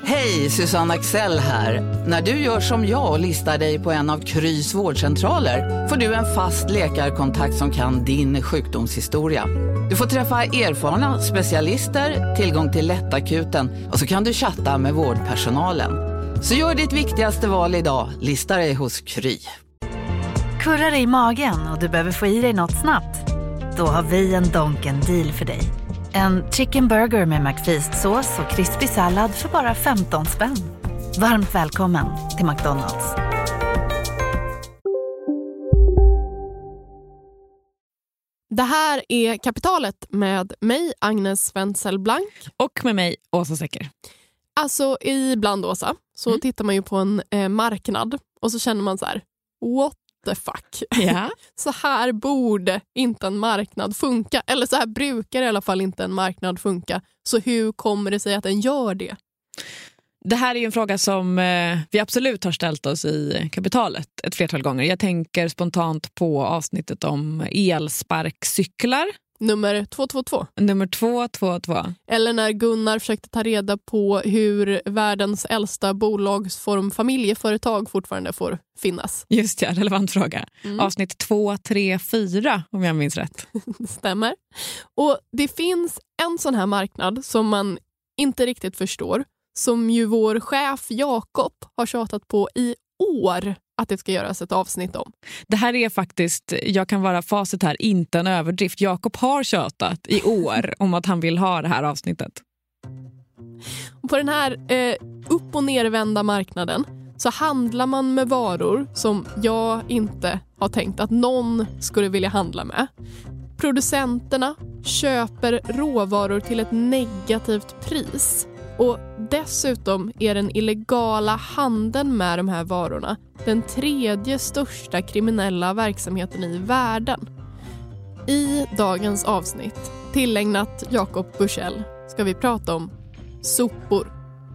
Hej, Susanne Axel här. När du gör som jag och listar dig på en av Krys vårdcentraler får du en fast läkarkontakt som kan din sjukdomshistoria. Du får träffa erfarna specialister, tillgång till lättakuten och så kan du chatta med vårdpersonalen. Så gör ditt viktigaste val idag, listar dig hos Kry. Kurrar dig i magen och du behöver få i dig något snabbt? Då har vi en Donken deal för dig. En chicken burger med McFeast-sås och krispig sallad för bara 15 spänn. Varmt välkommen till McDonald's. Det här är Kapitalet med mig, Agnes Wenzel Blank. Och med mig, Åsa Secker. Alltså ibland, Åsa, så tittar man ju på en marknad och så känner man så här, what the fuck? Ja. Så här borde inte en marknad funka. Eller så här brukar i alla fall inte en marknad funka. Så hur kommer det sig att den gör det? Det här är ju en fråga som vi absolut har ställt oss i Kapitalet ett flertal gånger. Jag tänker spontant på avsnittet om elsparkcyklar. Nummer 222. Nummer 222. Eller när Gunnar försökte ta reda på hur världens äldsta bolagsform familjeföretag fortfarande får finnas. Just ja, relevant fråga. Avsnitt 234 om jag minns rätt. Stämmer. Och det finns en sån här marknad som man inte riktigt förstår. Som ju vår chef Jakob har tjatat på i år att det ska göras ett avsnitt om. Det här är faktiskt, jag kan vara facit här, inte en överdrift. Jakob har tjatat i år om att han vill ha det här avsnittet. På den här upp- och nervända marknaden så handlar man med varor som jag inte har tänkt att någon skulle vilja handla med. Producenterna köper råvaror till ett negativt pris. Och dessutom är den illegala handeln med de här varorna den 3:e största kriminella verksamheten i världen. I dagens avsnitt, tillägnat Jakob Bursell, ska vi prata om sopor.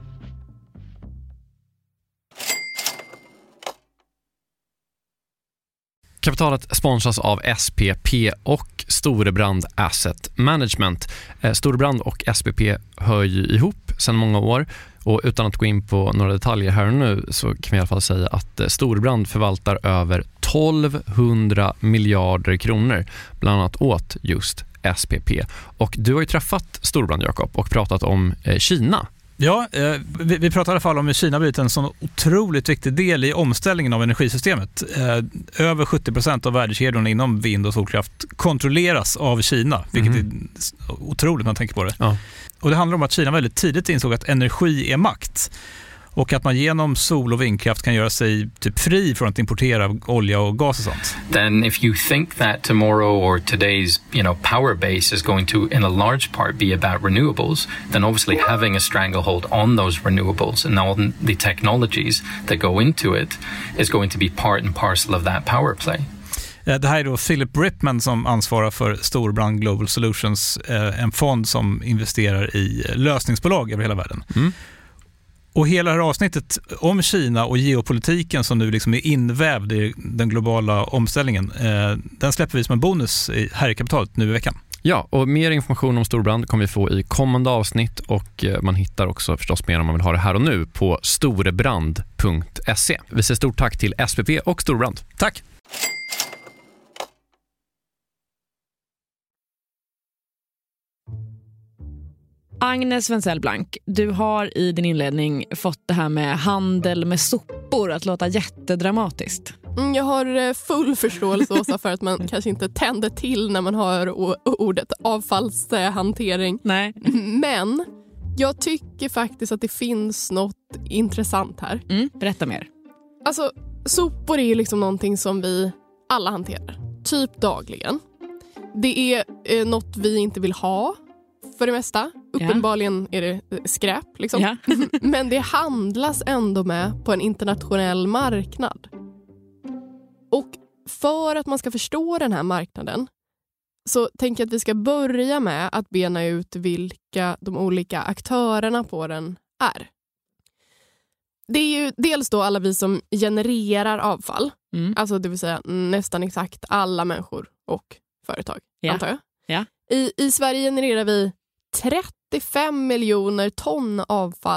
Kapitalet sponsras av SPP och Storebrand Asset Management. Storebrand och SPP hör ju ihop sedan många år och utan att gå in på några detaljer här och nu så kan vi i alla fall säga att Storebrand förvaltar över 1200 miljarder kronor bland annat åt just SPP. Och du har ju träffat Storebrand, Jakob, och pratat om Kina. Ja, vi pratar i alla fall om hur Kina blivit en sån otroligt viktig del i omställningen av energisystemet. Över 70% av värdekedjorna inom vind- och solkraft kontrolleras av Kina, vilket är otroligt när man tänker på det. Ja. Och det handlar om att Kina väldigt tidigt insåg att energi är makt. Och att man genom sol- och vindkraft kan göra sig typ fri från att importera olja och gas och sånt. Then if you think that tomorrow or today's, power base is going to in a large part be about renewables, then obviously having a stranglehold on those renewables and all the technologies that go into it is going to be part and parcel of that power play. Det här är då Philip Ripman som ansvarar för Storebrand Global Solutions, en fond som investerar i lösningsbolag över hela världen. Och hela det här avsnittet om Kina och geopolitiken som nu liksom är invävd i den globala omställningen, den släpper vi som en bonus här i Kapitalet nu i veckan. Ja, och mer information om Storebrand kommer vi få i kommande avsnitt och man hittar också förstås mer om man vill ha det här och nu på storebrand.se. Vi säger stort tack till SPP och Storebrand. Tack! Agnes Wenzel Blank, du har i din inledning fått det här med handel med sopor att låta jättedramatiskt. Jag har full förståelse också för att man kanske inte tänder till när man hör ordet avfallshantering. Nej. Men jag tycker faktiskt att det finns något intressant här. Berätta mer. Alltså, sopor är ju liksom någonting som vi alla hanterar. Typ dagligen. Det är något vi inte vill ha för det mesta. Uppenbarligen är det skräp liksom. Ja. Men det handlas ändå med på en internationell marknad. Och för att man ska förstå den här marknaden så tänker jag att vi ska börja med att bena ut vilka de olika aktörerna på den är. Det är ju dels då alla vi som genererar avfall. Alltså det vill säga nästan exakt alla människor och företag, antar jag. Ja. I Sverige genererar vi 35 miljoner ton avfall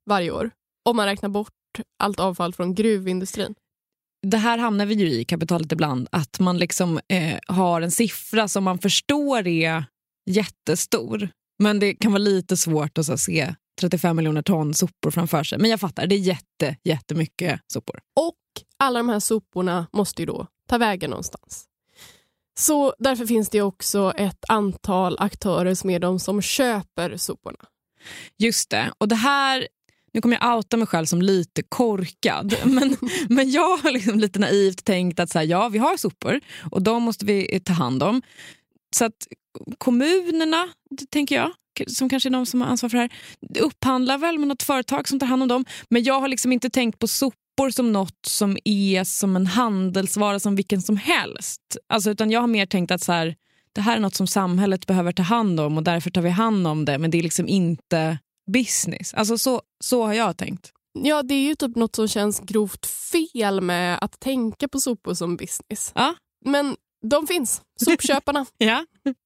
varje år. Om man räknar bort allt avfall från gruvindustrin. Det här hamnar vi ju i kapitalet ibland. Att man liksom har en siffra som man förstår är jättestor. Men det kan vara lite svårt att så se 35 miljoner ton sopor framför sig. Men jag fattar, det är jättemycket sopor. Och alla de här soporna måste ju då ta vägen någonstans. Så därför finns det också ett antal aktörer som är de som köper soporna. Just det. Och det här, nu kommer jag outa mig själv som lite korkad. Men jag har liksom lite naivt tänkt att så här, ja, vi har sopor och de måste vi ta hand om. Så att kommunerna, tänker jag, som kanske är de som har ansvar för det här, upphandlar väl med något företag som tar hand om dem. Men jag har liksom inte tänkt på sopor som något som är som en handelsvara som vilken som helst. Alltså, utan jag har mer tänkt att så här, det här är något som samhället behöver ta hand om och därför tar vi hand om det. Men det är liksom inte business. Alltså så har jag tänkt. Ja, det är ju typ något som känns grovt fel med att tänka på sopor som business. Ja. Men de finns, sopköparna. Ja.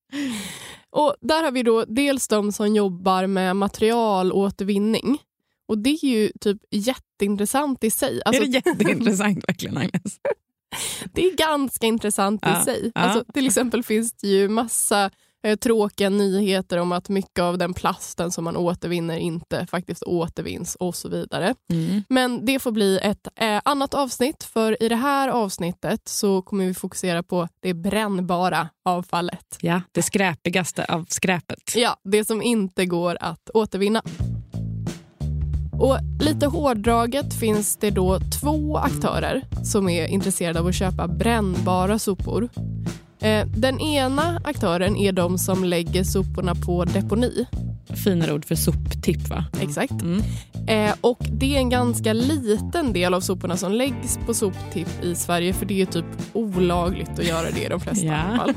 Och där har vi då dels de som jobbar med materialåtervinning. Och det är ju typ jätteintressant i sig. Alltså, är det jätteintressant verkligen, Agnes? Det är ganska intressant i sig. Alltså, till exempel finns det ju massa tråkiga nyheter om att mycket av den plasten som man återvinner inte faktiskt återvinns och så vidare. Men det får bli ett annat avsnitt, för i det här avsnittet så kommer vi fokusera på det brännbara avfallet. Ja, det skräpigaste av skräpet. Ja, det som inte går att återvinna. Och lite hårdraget finns det då 2 aktörer som är intresserade av att köpa brännbara sopor. Den ena aktören är de som lägger soporna på deponi. Finare ord för soptipp, va? Exakt. Och det är en ganska liten del av soporna som läggs på soptipp i Sverige, för det är typ olagligt att göra det i de flesta fall.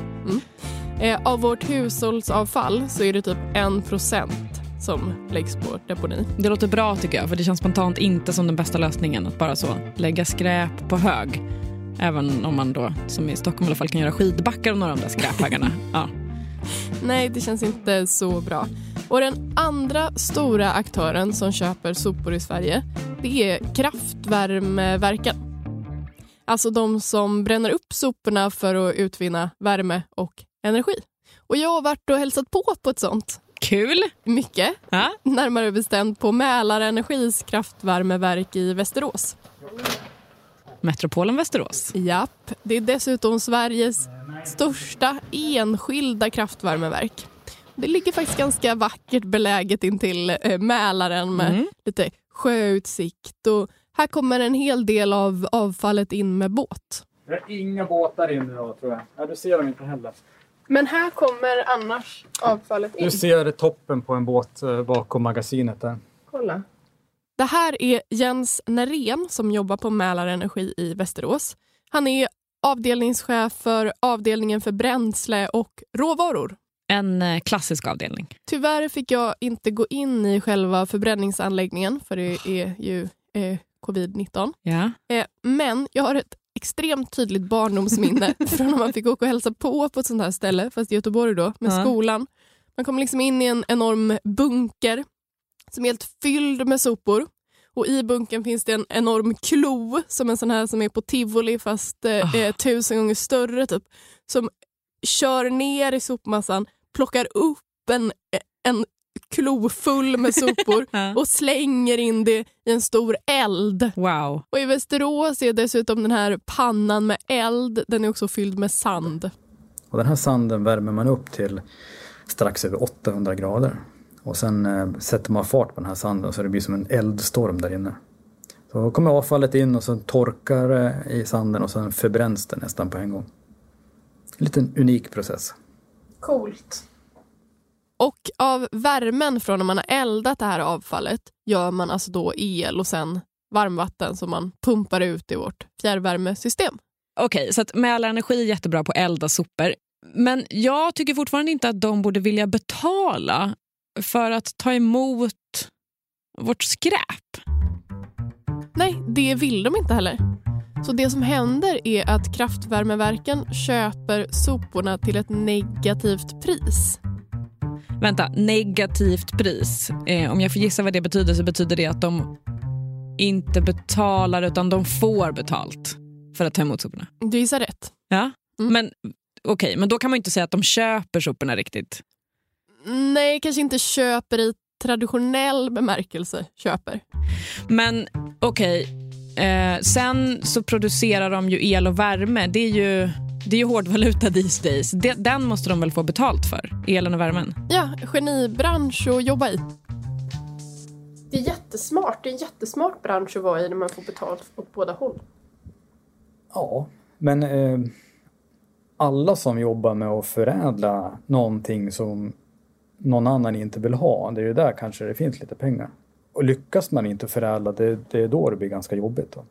Av vårt hushållsavfall så är det typ 1% som läggs på deponi. Det låter bra tycker jag, för det känns spontant inte som den bästa lösningen att bara så lägga skräp på hög. Även om man då, som i Stockholm i alla fall, kan göra skidbackar av några av de där skräphögarna. Ja. Nej, det känns inte så bra. Och den andra stora aktören som köper sopor i Sverige, det är kraftvärmeverken. Alltså de som bränner upp soporna för att utvinna värme och energi. Och jag har varit och hälsat på ett sånt. Kul! Mycket. Närmare bestämt på Mälarenergis kraftvärmeverk i Västerås. Metropolen Västerås. Japp, det är dessutom Sveriges största enskilda kraftvärmeverk. Det ligger faktiskt ganska vackert beläget intill Mälaren med lite sjöutsikt. Och här kommer en hel del av avfallet in med båt. Det är inga båtar inne då, tror jag. Ja, du ser dem inte heller. Men här kommer annars avfallet in. Du ser toppen på en båt bakom magasinet där. Kolla. Det här är Jens Nerén som jobbar på Mälarenergi i Västerås. Han är avdelningschef för avdelningen för bränsle och råvaror. En klassisk avdelning. Tyvärr fick jag inte gå in i själva förbränningsanläggningen, för det är ju covid-19. Ja. Men jag har ett extremt tydligt barndomsminne från när man fick åka och hälsa på ett sånt här ställe, fast i Göteborg då, med skolan. Man kom liksom in i en enorm bunker som är helt fylld med sopor. Och i bunkern finns det en enorm klo, som en sån här som är på Tivoli, fast 1000 gånger större typ. Som kör ner i sopmassan, plockar upp en klo full med sopor och slänger in det i en stor eld. Wow. Och i Västerås är dessutom den här pannan med eld, den är också fylld med sand. Och den här sanden värmer man upp till strax över 800 grader. Och sen sätter man fart på den här sanden så det blir som en eldstorm där inne. Så kommer avfallet in och så torkar det i sanden och sen förbränns det nästan på en gång. En liten unik process. Coolt. Och av värmen från när man har eldat det här avfallet gör man alltså då el och sen varmvatten som man pumpar ut i vårt fjärrvärmesystem. Okej, så att Mälarenergi är jättebra på att elda sopor. Men jag tycker fortfarande inte att de borde vilja betala för att ta emot vårt skräp. Nej, det vill de inte heller. Så det som händer är att kraftvärmeverken köper soporna till ett negativt pris. Vänta, negativt pris. Om jag får gissa vad det betyder, så betyder det att de inte betalar utan de får betalt för att ta emot soporna. Du gissar rätt. Ja, men okej, men då kan man ju inte säga att de köper soporna riktigt. Nej, kanske inte köper i traditionell bemärkelse köper. Men okej, sen så producerar de ju el och värme. Det är ju hårdvaluta these days. Den måste de väl få betalt för, elen och värmen? Ja, genibransch att jobba i. Det är jättesmart. Det är en jättesmart bransch att vara i när man får betalt åt båda håll. Ja, men alla som jobbar med att förädla någonting som någon annan inte vill ha, det är ju där kanske det finns lite pengar. Och lyckas man inte förädla, det är då det blir ganska jobbigt då.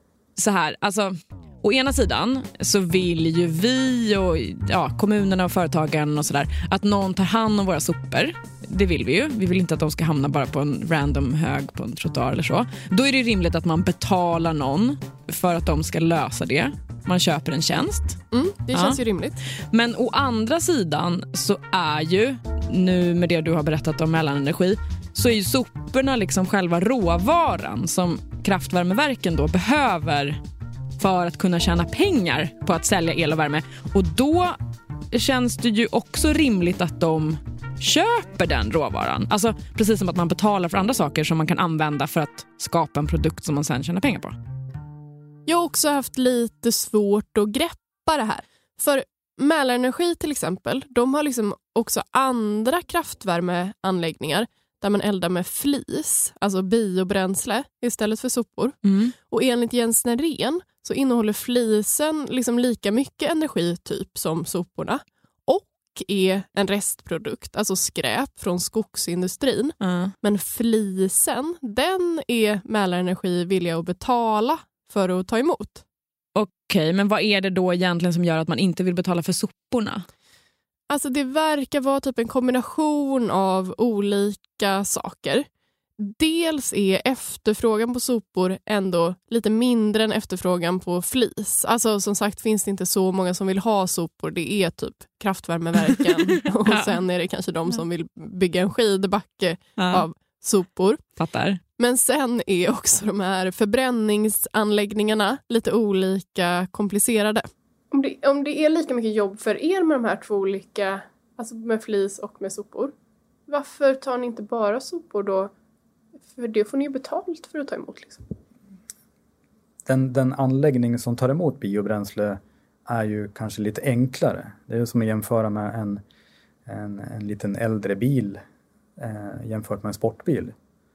Så här, alltså, å ena sidan så vill ju vi och kommunerna och företagen och sådär att någon tar hand om våra sopor. Det vill vi ju. Vi vill inte att de ska hamna bara på en random hög på en trottoar eller så. Då är det rimligt att man betalar någon för att de ska lösa det. Man köper en tjänst. Det känns ju rimligt. Men å andra sidan så är ju, nu med det du har berättat om Mellanenergi, så är ju soporna liksom själva råvaran som kraftvärmeverken då behöver för att kunna tjäna pengar på att sälja el och värme. Och då känns det ju också rimligt att de köper den råvaran. Alltså precis som att man betalar för andra saker som man kan använda för att skapa en produkt som man sen tjänar pengar på. Jag har också haft lite svårt att greppa det här. För Mälarenergi till exempel, de har liksom också andra kraftvärmeanläggningar där man eldar med flis, alltså biobränsle istället för sopor. Och enligt Jens Nerén så innehåller flisen liksom lika mycket energi typ som soporna och är en restprodukt, alltså skräp från skogsindustrin. Men flisen, den är Mälarenergi villiga att betala för att ta emot. Okej, men vad är det då egentligen som gör att man inte vill betala för soporna? Alltså det verkar vara typ en kombination av olika saker. Dels är efterfrågan på sopor ändå lite mindre än efterfrågan på flis. Alltså som sagt finns det inte så många som vill ha sopor. Det är typ kraftvärmeverken och sen är det kanske de som vill bygga en skidbacke av sopor. Fattar. Men sen är också de här förbränningsanläggningarna lite olika komplicerade. Om det är lika mycket jobb för er med de här två olika, alltså med flis och med sopor, varför tar ni inte bara sopor då? För det får ni ju betalt för att ta emot liksom. Den anläggning som tar emot biobränsle är ju kanske lite enklare. Det är som att jämföra med en liten äldre bil jämfört med en sportbil.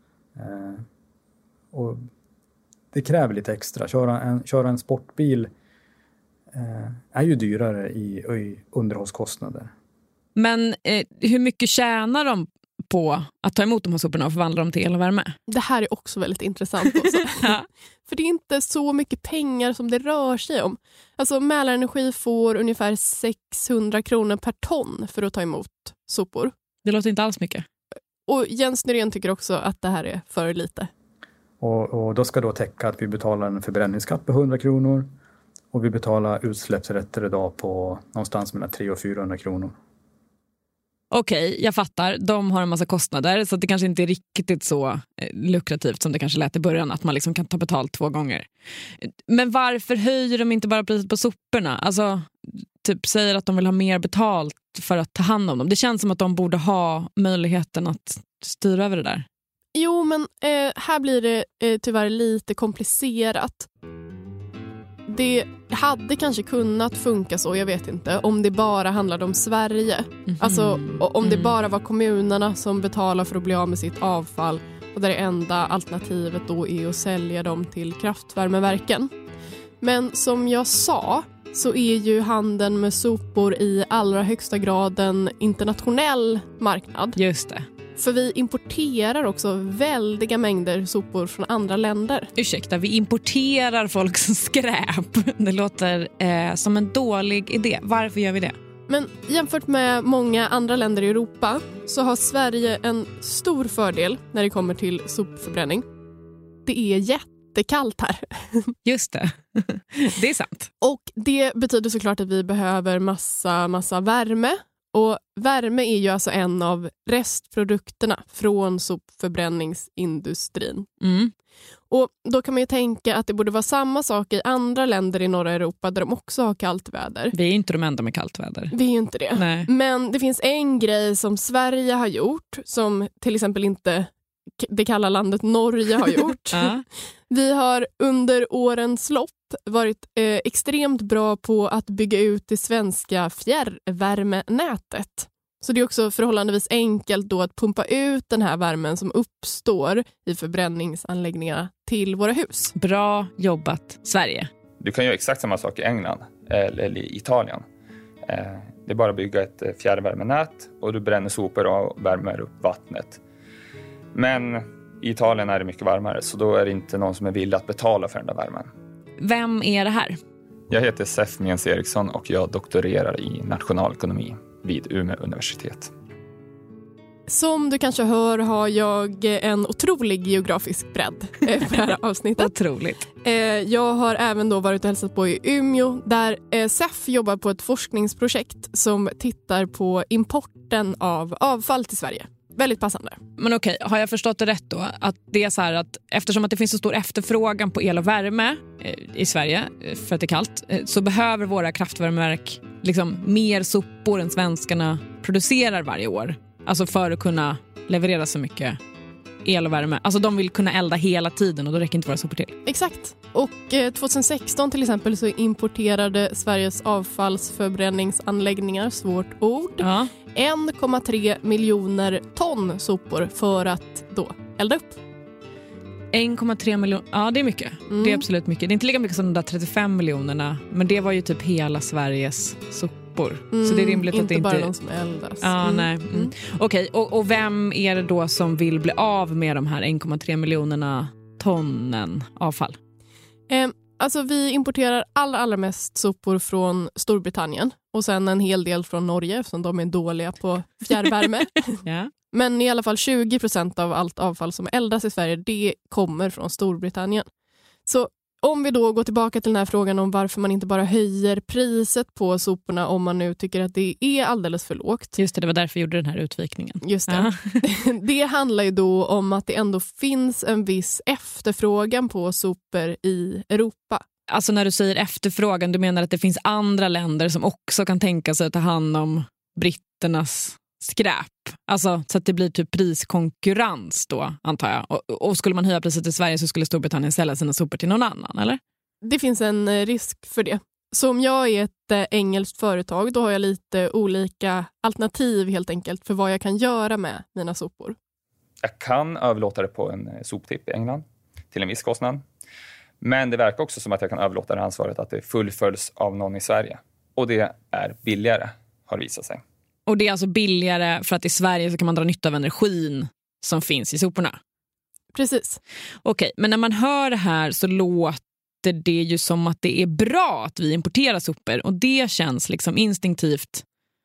Och det kräver lite extra. Köra en sportbil är ju dyrare i underhållskostnader. Men hur mycket tjänar de på att ta emot de här soporna och förvandla dem till el och värme? Det här är också väldigt intressant också. För det är inte så mycket pengar som det rör sig om. Alltså Mälarenergi får ungefär 600 kronor per ton för att ta emot sopor. Det låter inte alls mycket. Och Jens Nerén tycker också att det här är för lite. Och då ska då täcka att vi betalar en förbränningsskatt på 100 kronor. Och vi betalar utsläppsrätter idag på någonstans mellan 300 och 400 kronor. Okej, jag fattar. De har en massa kostnader så det kanske inte är riktigt så lukrativt som det kanske lät i början att man liksom kan ta betalt 2 gånger. Men varför höjer de inte bara priset på soporna? Alltså, typ säger att de vill ha mer betalt för att ta hand om dem. Det känns som att de borde ha möjligheten att styra över det där. Jo, men här blir det tyvärr lite komplicerat. Det hade kanske kunnat funka så, jag vet inte, om det bara handlade om Sverige. Alltså om det bara var kommunerna som betalar för att bli av med sitt avfall och där det enda alternativet då är att sälja dem till kraftvärmeverken. Men som jag sa så är ju handeln med sopor i allra högsta grad en internationell marknad. Just det. För vi importerar också väldiga mängder sopor från andra länder. Ursäkta, vi importerar folks skräp. Det låter som en dålig idé. Varför gör vi det? Men jämfört med många andra länder i Europa så har Sverige en stor fördel när det kommer till sopförbränning. Det är jättekallt här. Just det. Det är sant. Och det betyder såklart att vi behöver massa värme. Och värme är ju alltså en av restprodukterna från sopförbränningsindustrin. Och då kan man ju tänka att det borde vara samma sak i andra länder i norra Europa där de också har kallt väder. Vi är inte de enda med kallt väder. Vi är ju inte det. Nej. Men det finns en grej som Sverige har gjort som till exempel inte det kalla landet Norge har gjort. Vi har under årens lopp varit extremt bra på att bygga ut det svenska fjärrvärmenätet. Så det är också förhållandevis enkelt då att pumpa ut den här värmen som uppstår i förbränningsanläggningarna till våra hus. Bra jobbat, Sverige. Du kan göra exakt samma sak i England eller i Italien. Det är bara att bygga ett fjärrvärmenät och du bränner sopor och värmer upp vattnet. Men i Italien är det mycket varmare, så då är det inte någon som är villig att betala för den där värmen. Vem är det här? Jag heter Sef Mens Eriksson och jag doktorerar i nationalekonomi vid Umeå universitet. Som du kanske hör har jag en otrolig geografisk bredd för det här avsnittet. Otroligt. Jag har även då varit och hälsat på i Umeå där SEF jobbar på ett forskningsprojekt som tittar på importen av avfall till Sverige. Väldigt passande. Men okej, har jag förstått det rätt då? Att det är så här att eftersom att det finns så stor efterfrågan på el och värme i Sverige för att det är kallt, så behöver våra kraftvärmeverk liksom mer sopor än svenskarna producerar varje år. Alltså för att kunna leverera så mycket el och värme. Alltså de vill kunna elda hela tiden och då räcker inte våra sopor till. Exakt. Och 2016 till exempel så importerade Sveriges avfallsförbränningsanläggningar, svårt ord, 1,3 miljoner ton sopor för att då elda upp. 1,3 miljoner, ja det är mycket. Det är absolut mycket. Det är inte lika mycket som de där 35 miljonerna, men det var ju typ hela Sveriges sopor. Så det är rimligt att det inte... bara de som eldas. Nej. Okej, och vem är det då som vill bli av med de här 1,3 miljonerna tonnen avfall? Alltså vi importerar allra mest sopor från Storbritannien och sen en hel del från Norge eftersom de är dåliga på fjärrvärme. Ja. Men i alla fall 20% av allt avfall som eldas i Sverige, det kommer från Storbritannien. Så om vi då går tillbaka till den här frågan om varför man inte bara höjer priset på soporna om man nu tycker att det är alldeles för lågt. Just det var därför jag gjorde den här utvikningen. Just det. Det handlar ju då om att det ändå finns en viss efterfrågan på sopor i Europa. Alltså när du säger efterfrågan, du menar att det finns andra länder som också kan tänka sig att ta hand om britternas skräp. Alltså så att det blir typ priskonkurrens då, antar jag. Och skulle man höja priset i Sverige så skulle Storbritannien sälja sina sopor till någon annan, eller? Det finns en risk för det. Så om jag är ett engelskt företag, då har jag lite olika alternativ helt enkelt för vad jag kan göra med mina sopor. Jag kan överlåta det på en soptipp i England till en viss kostnad. Men det verkar också som att jag kan överlåta det ansvaret att det fullföljs av någon i Sverige. Och det är billigare, har visat sig. Och det är alltså billigare för att i Sverige så kan man dra nytta av energin som finns i soporna? Precis. Okej, men när man hör det här så låter det ju som att det är bra att vi importerar sopor. Och det känns liksom instinktivt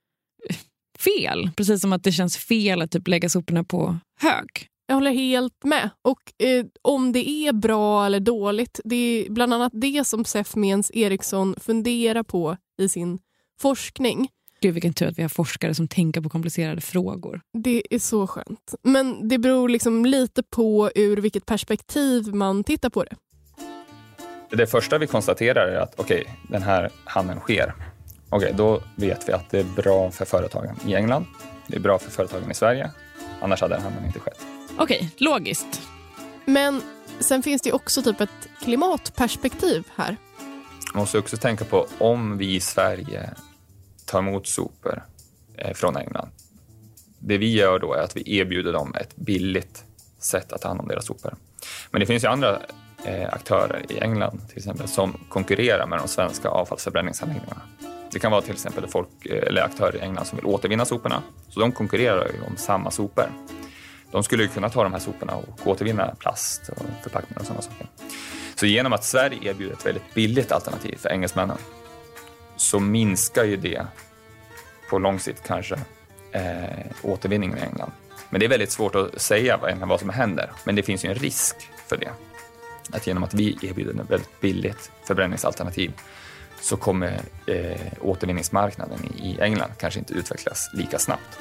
fel. Precis som att det känns fel att typ lägga soporna på hög. Jag håller helt med. Och om det är bra eller dåligt, det är bland annat det som Sef Mens Eriksson funderar på i sin forskning. Gud, vilken tur att vi har forskare som tänker på komplicerade frågor. Det är så skönt. Men det beror liksom lite på ur vilket perspektiv man tittar på det. Det första vi konstaterar är att den här handeln sker. Då vet vi att det är bra för företagen i England. Det är bra för företagen i Sverige. Annars hade den handeln inte skett. Logiskt. Men sen finns det också typ ett klimatperspektiv här. Man måste också tänka på om vi i Sverige tar emot sopor från England. Det vi gör då är att vi erbjuder dem ett billigt sätt att ta hand om deras sopor. Men det finns ju andra aktörer i England till exempel som konkurrerar med de svenska avfallsförbränningsanläggningarna. Det kan vara till exempel eller aktörer i England som vill återvinna soporna. Så de konkurrerar ju om samma sopor. De skulle ju kunna ta de här soporna och återvinna plast och förpackningar och sådana saker. Så genom att Sverige erbjuder ett väldigt billigt alternativ för engelsmännen så minskar ju det på lång sikt kanske återvinningen i England. Men det är väldigt svårt att säga vad som händer. Men det finns ju en risk för det. Att genom att vi erbjuder ett väldigt billigt förbränningsalternativ så kommer återvinningsmarknaden i England kanske inte utvecklas lika snabbt.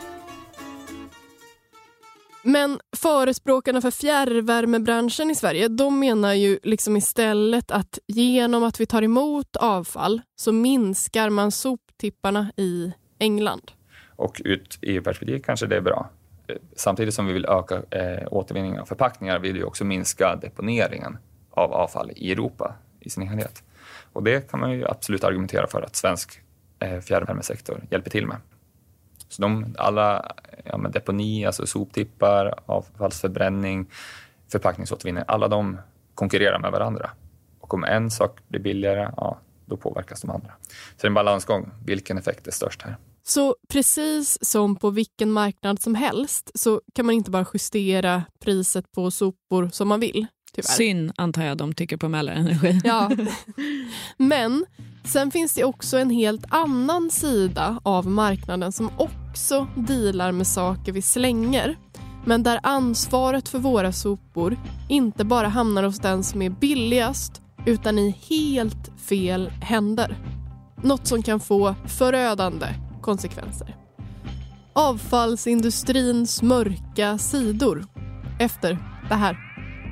Men förespråkarna för fjärrvärmebranschen i Sverige, de menar ju liksom istället att genom att vi tar emot avfall så minskar man soptipparna i England. Och ut i perspektiv kanske det är bra. Samtidigt som vi vill öka återvinningen av förpackningar vill vi också minska deponeringen av avfall i Europa i sin helhet. Och det kan man ju absolut argumentera för att svensk fjärrvärmesektor hjälper till med. Så alla deponi, alltså soptippar, avfallsförbränning, förpackningsåtervinning, alla de konkurrerar med varandra. Och om en sak blir billigare, då påverkas de andra. Så det är en balansgång. Vilken effekt är störst här? Så precis som på vilken marknad som helst så kan man inte bara justera priset på sopor som man vill. Tyvärr. Synd, antar jag, de tycker på Mälarenergi. Ja, men sen finns det också en helt annan sida av marknaden som också dealar med saker vi slänger. Men där ansvaret för våra sopor inte bara hamnar hos den som är billigast utan i helt fel händer. Något som kan få förödande konsekvenser. Avfallsindustrins mörka sidor efter det här.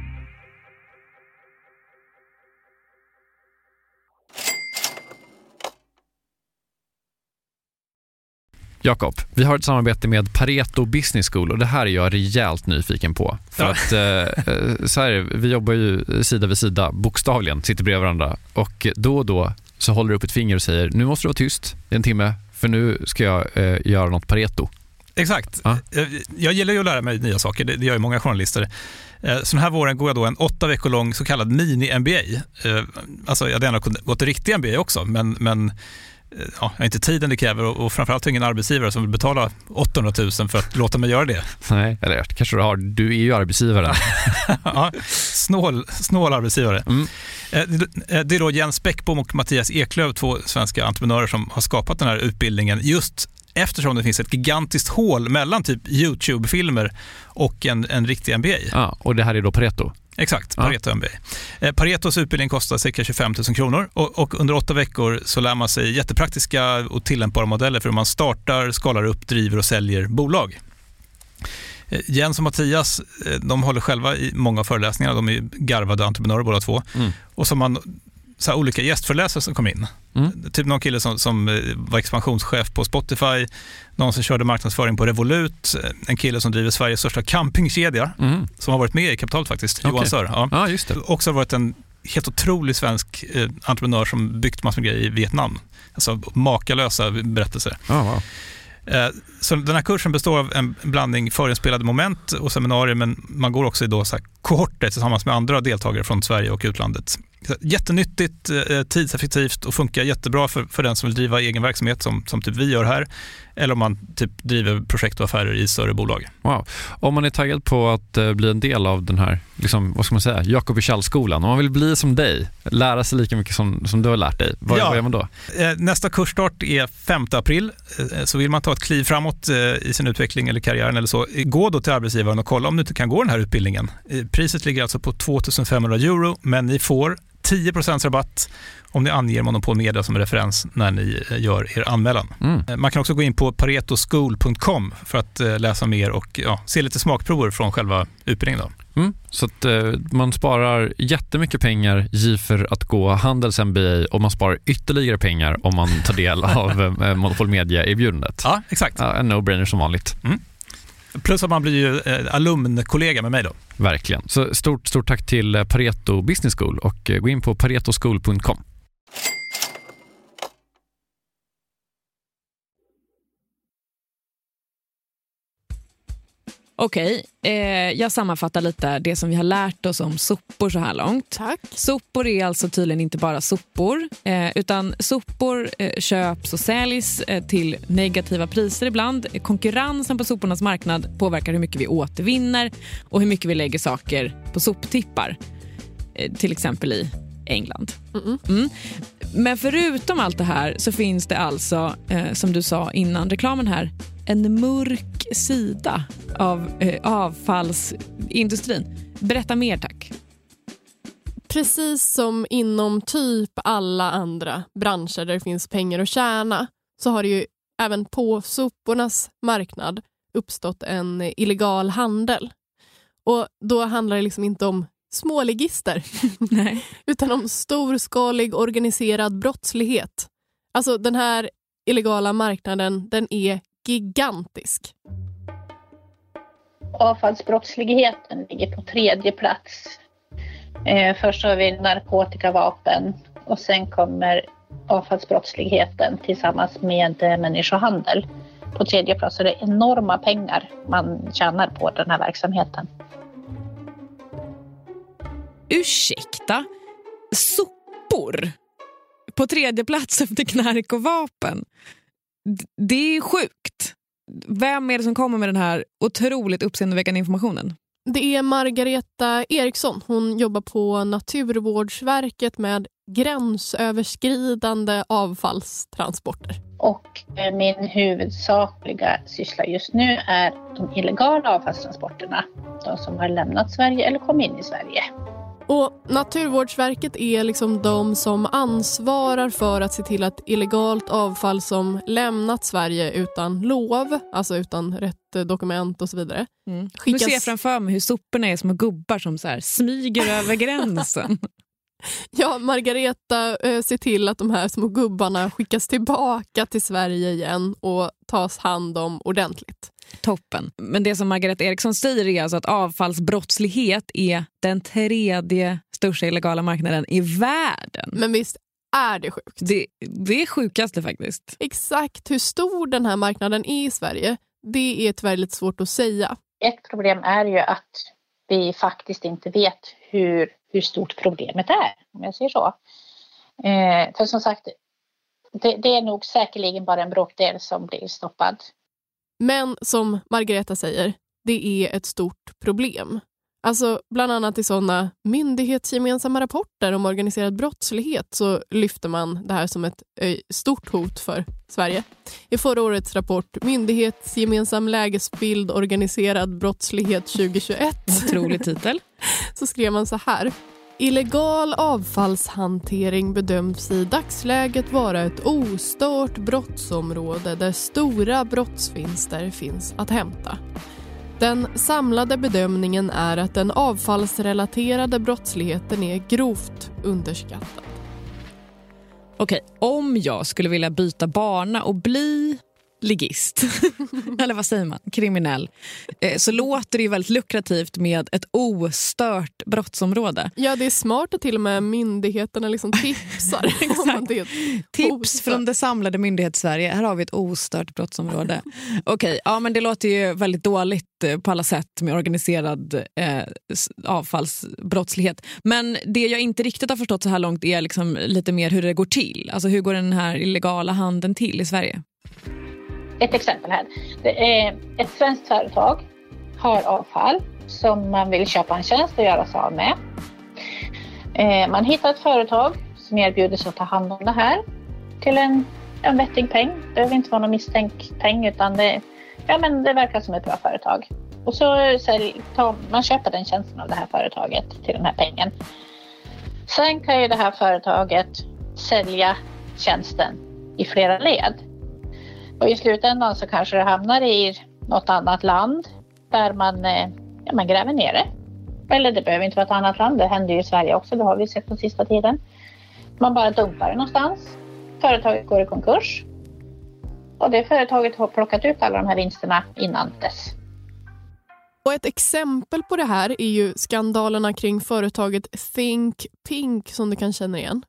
Jakob, vi har ett samarbete med Pareto Business School och det här är jag rejält nyfiken på. För att så här, vi jobbar ju sida vid sida, bokstavligen, sitter bredvid varandra. Och då så håller du upp ett finger och säger, nu måste du vara tyst i en timme för nu ska jag göra något Pareto. Exakt. Ja. Jag gillar ju att lära mig nya saker, det gör ju många journalister. Så den här våren går jag då en 8 veckor lång så kallad mini-MBA. Alltså jag hade gärna gått till riktig MBA också, men jag har inte tiden det kräver och framförallt ingen arbetsgivare som vill betala 800 000 för att låta mig göra det. Nej, eller kanske du har. Du är ju arbetsgivaren. Ja, snål arbetsgivare. Mm. Det är då Jens Bäckbom och Mattias Eklöf, 2 svenska entreprenörer som har skapat den här utbildningen just eftersom det finns ett gigantiskt hål mellan typ YouTube-filmer och en riktig MBA. Ja, och det här är då Pareto? Exakt, Pareto MBA. Paretos utbildning kostar cirka 25 000 kronor och under 8 veckor så lär man sig jättepraktiska och tillämpbara modeller för hur man startar, skalar upp, driver och säljer bolag. Jens och Mattias, de håller själva i många föreläsningar, de är garvade entreprenörer båda 2. Och som man så här olika gästföreläsare som kom in. Typ någon kille som var expansionschef på Spotify, någon som körde marknadsföring på Revolut, en kille som driver Sveriges största campingkedja som har varit med i kapitalet faktiskt, Johan Sör. Ja, just det. Också har varit en helt otrolig svensk entreprenör som byggt massor med grejer i Vietnam. Alltså makalösa berättelser. Wow. Så den här kursen består av en blandning förinspelade moment och seminarier, men man går också i då så här kohorter tillsammans med andra deltagare från Sverige och utlandet. Jättenyttigt, tidseffektivt och funkar jättebra för den som vill driva egen verksamhet som typ vi gör här, eller om man typ driver projekt och affärer i större bolag. Wow. Om man är taggad på att bli en del av den här, liksom, vad ska man säga, Jakob Wichall-skolan, om man vill bli som dig, lära sig lika mycket som du har lärt dig, vad gör man då? Nästa kursstart är 5 april, så vill man ta ett kliv framåt i sin utveckling eller karriären eller så, gå då till arbetsgivaren och kolla om du inte kan gå den här utbildningen. Priset ligger alltså på 2 500 euro, men ni får 10% rabatt om ni anger Monopol Media som referens när ni gör er anmälan. Man kan också gå in på paretoschool.com för att läsa mer och se lite smakprover från själva utbildningen då. Så att man sparar jättemycket pengar för att gå Handels MBA och man sparar ytterligare pengar om man tar del av Monopol Media-erbjudandet. Ja, exakt. En no-brainer som vanligt. Plus att man blir ju alumnkollega med mig då. Verkligen. Så stort tack till Pareto Business School och gå in på paretoschool.com. Okej, jag sammanfattar lite det som vi har lärt oss om sopor så här långt. Tack. Sopor är alltså tydligen inte bara sopor, utan sopor köps och säljs till negativa priser ibland. Konkurrensen på sopornas marknad påverkar hur mycket vi återvinner och hur mycket vi lägger saker på soptippar. Till exempel i England. Men förutom allt det här så finns det alltså, som du sa innan reklamen här, en mörk sida av avfallsindustrin. Berätta mer, tack. Precis som inom typ alla andra branscher där det finns pengar att tjäna så har det ju även på sopornas marknad uppstått en illegal handel. Och då handlar det liksom inte om småligister Nej. utan om storskalig organiserad brottslighet. Alltså den här illegala marknaden, den är gigantisk. Avfallsbrottsligheten ligger på 3:e plats. Först har vi narkotikavapen och sen kommer avfallsbrottsligheten tillsammans med människohandel. På 3:e plats är det enorma pengar man tjänar på den här verksamheten. Ursäkta? Sopor? På 3:e plats efter knark och vapen? Det är sjukt. Vem är det som kommer med den här otroligt uppseendeväckande informationen? Det är Margareta Eriksson. Hon jobbar på Naturvårdsverket med gränsöverskridande avfallstransporter. Och min huvudsakliga syssla just nu är de illegala avfallstransporterna. De som har lämnat Sverige eller kommit in i Sverige. Och Naturvårdsverket är liksom de som ansvarar för att se till att illegalt avfall som lämnat Sverige utan lov, alltså utan rätt dokument och så vidare. Nu ser jag framför mig hur soporna är små gubbar som så här smyger över gränsen. Ja, Margareta ser till att de här små gubbarna skickas tillbaka till Sverige igen och tas hand om ordentligt. Toppen. Men det som Margareta Eriksson säger är alltså att avfallsbrottslighet är den 3:e största illegala marknaden i världen. Men visst är det sjukt? Det är sjukaste faktiskt. Exakt hur stor den här marknaden är i Sverige, det är tyvärr lite svårt att säga. Ett problem är ju att vi faktiskt inte vet hur stort problemet är, om jag säger så. För som sagt, det är nog säkerligen bara en bråkdel som blir stoppad. Men som Margareta säger, det är ett stort problem. Alltså bland annat i sådana myndighetsgemensamma rapporter om organiserad brottslighet så lyfter man det här som ett stort hot för Sverige. I förra årets rapport Myndighetsgemensam lägesbild organiserad brottslighet 2021. Otrolig titel. Så skrev man så här: illegal avfallshantering bedöms i dagsläget vara ett ostört brottsområde där stora brottsvinster finns att hämta. Den samlade bedömningen är att den avfallsrelaterade brottsligheten är grovt underskattad. Okej, om jag skulle vilja byta bana och bli ligist, eller vad säger man, kriminell, så låter det ju väldigt lukrativt med ett ostört brottsområde. Ja, det är smart att till och med myndigheterna liksom tipsar. Tips från det samlade myndighetssverige. Här har vi ett ostört brottsområde. Okej, ja, men det låter ju väldigt dåligt på alla sätt med organiserad avfallsbrottslighet. Men det jag inte riktigt har förstått så här långt är liksom lite mer hur det går till. Alltså hur går den här illegala handeln till i Sverige? Ett exempel här. Det är ett svenskt företag har avfall som man vill köpa en tjänst och göra sig av med. Man hittar ett företag som erbjuder sig att ta hand om det här till en vettig peng. Det behöver inte vara någon misstänkt peng utan det verkar som ett bra företag. Och så man köper den tjänsten av det här företaget till den här pengen. Sen kan ju det här företaget sälja tjänsten i flera led. Och i slutändan så kanske det hamnar i något annat land där man gräver ner det. Eller det behöver inte vara ett annat land, det händer ju i Sverige också, det har vi sett på sista tiden. Man bara dumpar det någonstans, företaget går i konkurs. Och det företaget har plockat ut alla de här vinsterna innan dess. Och ett exempel på det här är ju skandalerna kring företaget Think Pink som du kan känna igen.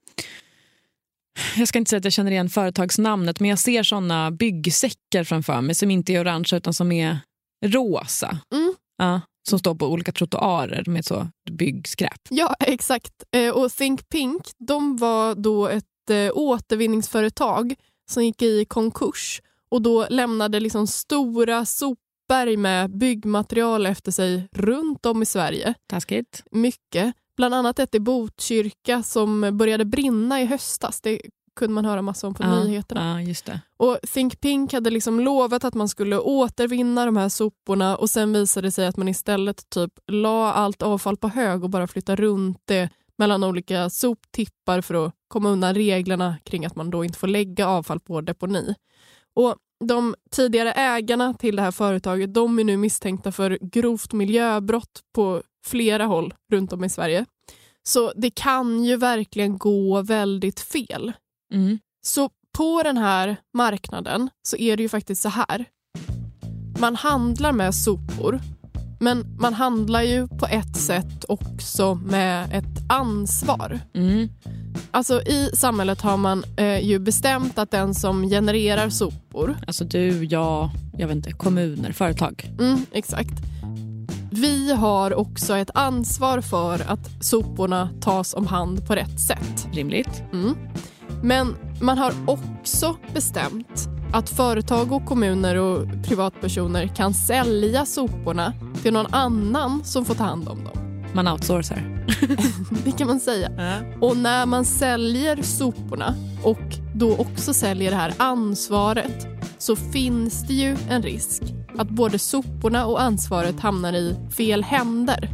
Jag ska inte säga att jag känner igen företagsnamnet, men jag ser såna byggsäckar framför mig som inte är orange utan som är rosa. Ja, som står på olika trottoarer med så byggskräp. Ja, exakt. Och Think Pink, de var då ett återvinningsföretag som gick i konkurs och då lämnade liksom stora sopberg med byggmaterial efter sig runt om i Sverige. Taskigt. Mycket. Bland annat ett i Botkyrka som började brinna i höstas. Det kunde man höra massor om på nyheterna. Ja, just det. Och Think Pink hade liksom lovat att man skulle återvinna de här soporna och sen visade det sig att man istället typ la allt avfall på hög och bara flyttade runt det mellan olika soptippar för att komma undan reglerna kring att man då inte får lägga avfall på deponi. Och de tidigare ägarna till det här företaget, de är nu misstänkta för grovt miljöbrott på flera håll runt om i Sverige. Så det kan ju verkligen gå väldigt fel. Så på den här marknaden så är det ju faktiskt så här. Man handlar med sopor, men man handlar ju på ett sätt också med ett ansvar. Alltså i samhället har man ju bestämt att den som genererar sopor... Alltså du, jag vet inte, kommuner, företag. Exakt. Vi har också ett ansvar för att soporna tas om hand på rätt sätt. Rimligt. Men man har också bestämt att företag och kommuner och privatpersoner kan sälja soporna till någon annan som får ta hand om dem. Man outsourcar. Det kan man säga. Och när man säljer soporna och då också säljer det här ansvaret, så finns det ju en risk att både soporna och ansvaret hamnar i fel händer.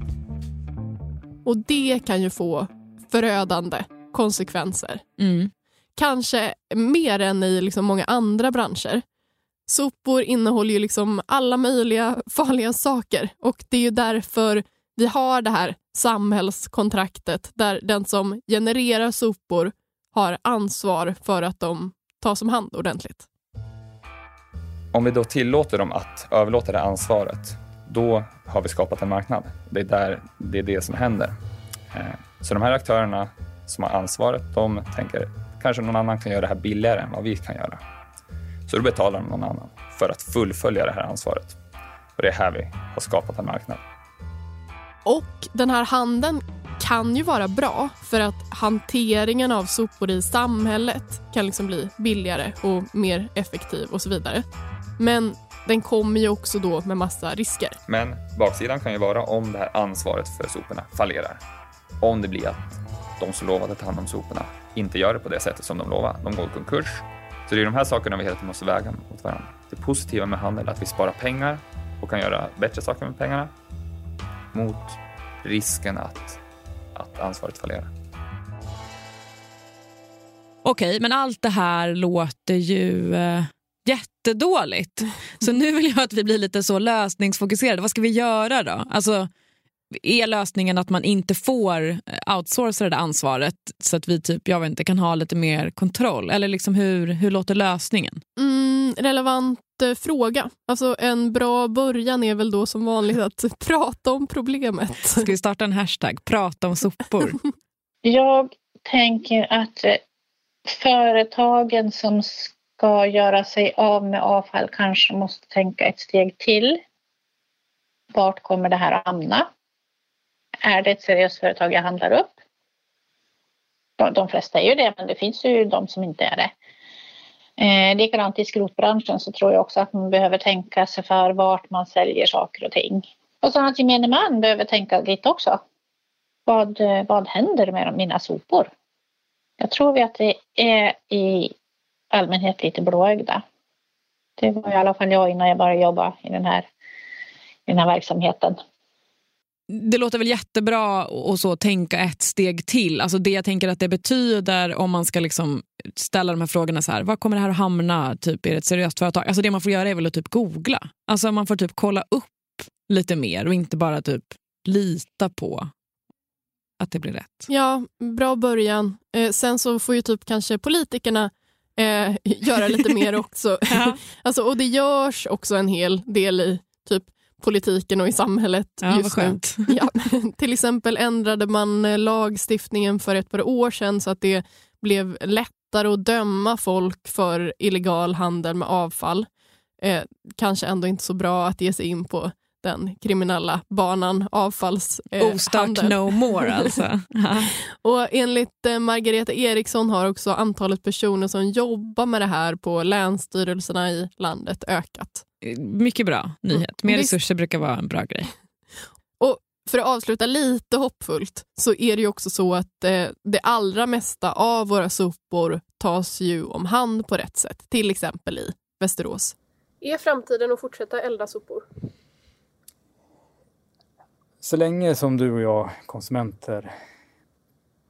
Och det kan ju få förödande konsekvenser. Kanske mer än i liksom många andra branscher. Sopor innehåller ju liksom alla möjliga farliga saker. Och det är ju därför vi har det här samhällskontraktet där den som genererar sopor har ansvar för att de tas om hand ordentligt. Om vi då tillåter dem att överlåta det ansvaret, då har vi skapat en marknad. Det är det som händer. Så de här aktörerna som har ansvaret, de tänker kanske någon annan kan göra det här billigare än vad vi kan göra. Så då betalar de någon annan för att fullfölja det här ansvaret. Och det är här vi har skapat en marknad. Och den här handeln kan ju vara bra för att hanteringen av sopor i samhället kan liksom bli billigare och mer effektiv och så vidare. Men den kommer ju också då med massa risker. Men baksidan kan ju vara om det här ansvaret för soporna fallerar. Om det blir att de som lovade att ta hand om soporna inte gör det på det sättet som de lovade. De går i konkurs. Så det är de här sakerna vi hela tiden måste väga mot varandra. Det positiva med handel är att vi sparar pengar och kan göra bättre saker med pengarna mot risken att ansvaret fallerar. Okej, men allt det här låter ju jättedåligt. Så nu vill jag att vi blir lite så lösningsfokuserade. Vad ska vi göra då? Alltså, är lösningen att man inte får outsourca det ansvaret så att vi typ, jag vet inte, kan ha lite mer kontroll? Eller liksom hur låter lösningen? Relevant fråga. Alltså en bra början är väl då som vanligt att prata om problemet. Ska vi starta en hashtag? Prata om sopor. Jag tänker att företagen som ska göra sig av med avfall kanske måste tänka ett steg till. Vart kommer det här att hamna? Är det ett seriöst företag jag handlar upp? De flesta är ju det, men det finns ju de som inte är det. Likadant i skrotbranschen så tror jag också att man behöver tänka sig för vart man säljer saker och ting. Och så att gemene man behöver tänka lite också. Vad händer med mina sopor? Jag tror att det är i allmänhet lite blåögda. Det var i alla fall jag innan jag började jobba i den här verksamheten. Det låter väl jättebra att så tänka ett steg till. Alltså det jag tänker att det betyder om man ska liksom ställa de här frågorna så här. Var kommer det här att hamna? Typ, är det ett seriöst företag? Alltså det man får göra är väl att typ googla. Alltså man får typ kolla upp lite mer och inte bara typ lita på att det blir rätt. Ja, bra början. Sen så får ju typ kanske politikerna göra lite mer också. Ja. Alltså, och det görs också en hel del i typ politiken och i samhället just nu. Ja, till exempel ändrade man lagstiftningen för ett par år sedan så att det blev lättare att döma folk för illegal handel med avfall. Kanske ändå inte så bra att ge sig in på den kriminella banan avfallshandel. Ostart no more alltså. Och enligt Margareta Eriksson har också antalet personer som jobbar med det här på länsstyrelserna i landet ökat. Mycket bra nyhet. Mer resurser brukar vara en bra grej. Och för att avsluta lite hoppfullt så är det ju också så att det allra mesta av våra sopor tas ju om hand på rätt sätt. Till exempel i Västerås. Är framtiden att fortsätta elda sopor? Så länge som du och jag konsumenter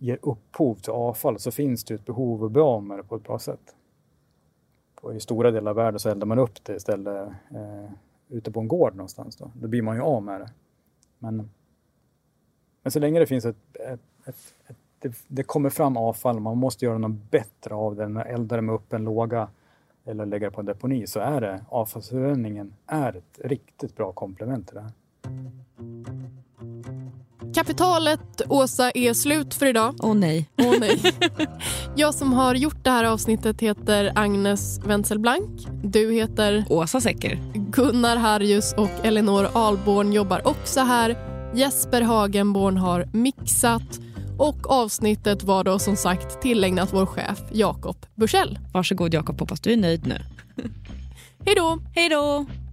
ger upphov till avfall så finns det ett behov att bli av med det på ett bra sätt. Och i stora delar av världen så eldar man upp det istället ute på en gård någonstans. Då blir man ju av med det. Men så länge det finns det kommer fram avfall, man måste göra något bättre av det, elda det med upp en låga eller lägga det på en deponi, så är det avfallsförbränningen är ett riktigt bra komplement till det här. Kapitalet, Åsa, är slut för idag. Åh nej. Jag som har gjort det här avsnittet heter Agnes Wenzelblank. Du heter Åsa Säcker. Gunnar Harjus och Elinor Alborn jobbar också här. Jesper Hagenborn har mixat. Och avsnittet var då som sagt tillägnat vår chef Jakob Bursell. Varsågod Jakob, hoppas du är nöjd nu. Hej då! Hej då!